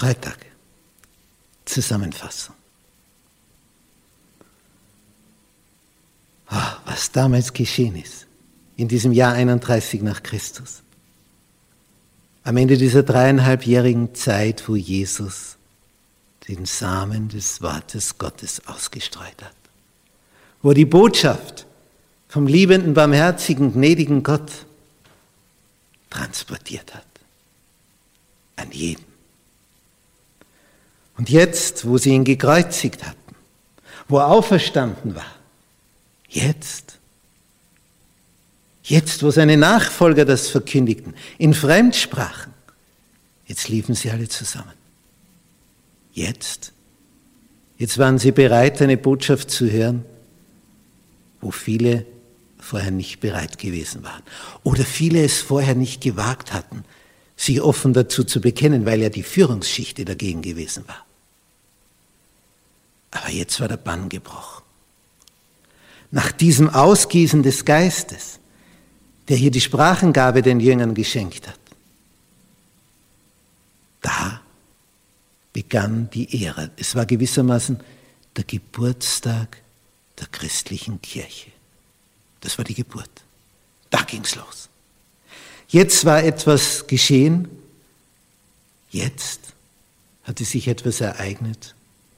Karfreitag. Zusammenfassung. Was damals geschehen ist, in diesem Jahr 31 nach Christus. Am Ende dieser 3,5-jährigen Zeit, wo Jesus den Samen des Wortes Gottes ausgestreut hat. Wo die Botschaft vom liebenden, barmherzigen, gnädigen Gott transportiert hat. An jeden. Und jetzt, wo sie ihn gekreuzigt hatten, wo er auferstanden war, jetzt, wo seine Nachfolger das verkündigten, in Fremdsprachen, jetzt liefen sie alle zusammen. Jetzt waren sie bereit, eine Botschaft zu hören, wo viele vorher nicht bereit gewesen waren. Oder viele es vorher nicht gewagt hatten, sich offen dazu zu bekennen, weil ja die Führungsschicht dagegen gewesen war. Aber jetzt war der Bann gebrochen. Nach diesem Ausgießen des Geistes, der hier die Sprachengabe den Jüngern geschenkt hat, da begann die Ära. Es war gewissermaßen der Geburtstag der christlichen Kirche. Das war die Geburt. Da ging's los. Jetzt war etwas geschehen. Jetzt hatte sich etwas ereignet,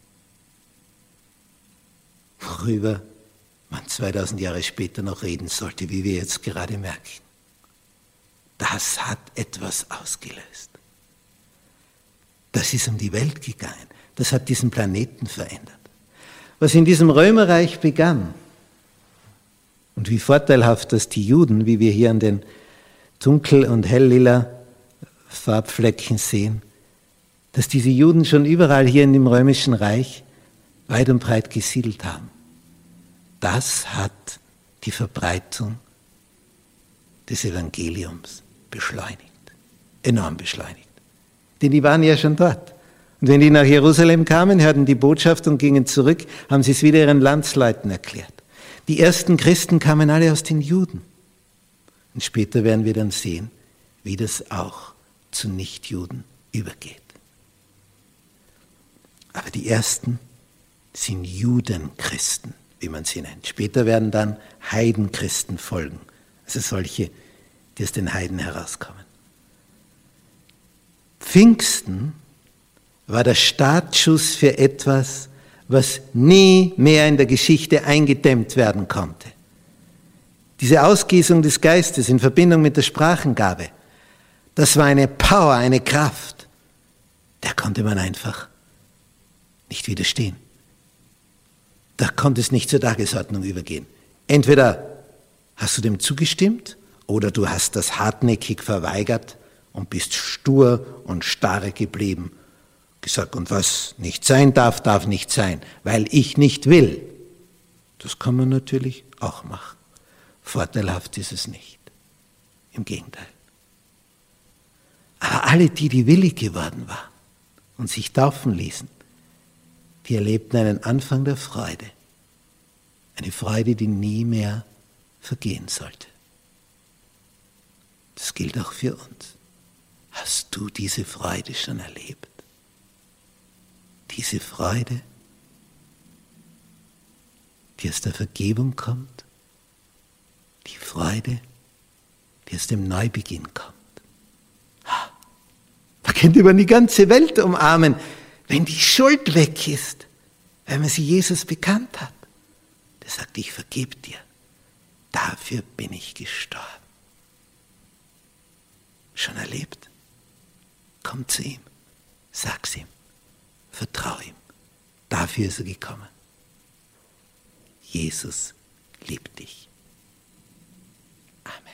worüber man 2000 Jahre später noch reden sollte, wie wir jetzt gerade merken. Das hat etwas ausgelöst. Das ist um die Welt gegangen. Das hat diesen Planeten verändert. Was in diesem Römerreich begann und wie vorteilhaft, dass die Juden, wie wir hier an den dunkel- und helllila Farbflecken sehen, dass diese Juden schon überall hier in dem Römischen Reich weit und breit gesiedelt haben. Das hat die Verbreitung des Evangeliums beschleunigt, enorm beschleunigt. Denn die waren ja schon dort. Und wenn die nach Jerusalem kamen, hörten die Botschaft und gingen zurück, haben sie es wieder ihren Landsleuten erklärt. Die ersten Christen kamen alle aus den Juden. Und später werden wir dann sehen, wie das auch zu Nichtjuden übergeht. Aber die ersten sind Judenchristen, wie man sie nennt. Später werden dann Heidenchristen folgen, also solche, die aus den Heiden herauskommen. Pfingsten war der Startschuss für etwas, was nie mehr in der Geschichte eingedämmt werden konnte. Diese Ausgießung des Geistes in Verbindung mit der Sprachengabe, das war eine Power, eine Kraft, der konnte man einfach nicht widerstehen. Da konnte es nicht zur Tagesordnung übergehen. Entweder hast du dem zugestimmt oder du hast das hartnäckig verweigert und bist stur und starr geblieben. Gesagt, und was nicht sein darf, darf nicht sein, weil ich nicht will. Das kann man natürlich auch machen. Vorteilhaft ist es nicht. Im Gegenteil. Aber alle, die willig geworden waren und sich taufen ließen, die erlebten einen Anfang der Freude. Eine Freude, die nie mehr vergehen sollte. Das gilt auch für uns. Hast du diese Freude schon erlebt? Diese Freude, die aus der Vergebung kommt, die Freude, die aus dem Neubeginn kommt. Man könnte man die ganze Welt umarmen, wenn die Schuld weg ist, weil man sie Jesus bekannt hat. Der sagt, ich vergebe dir. Dafür bin ich gestorben. Schon erlebt? Komm zu ihm, sag's ihm, vertrau ihm. Dafür ist er gekommen. Jesus liebt dich. Amen.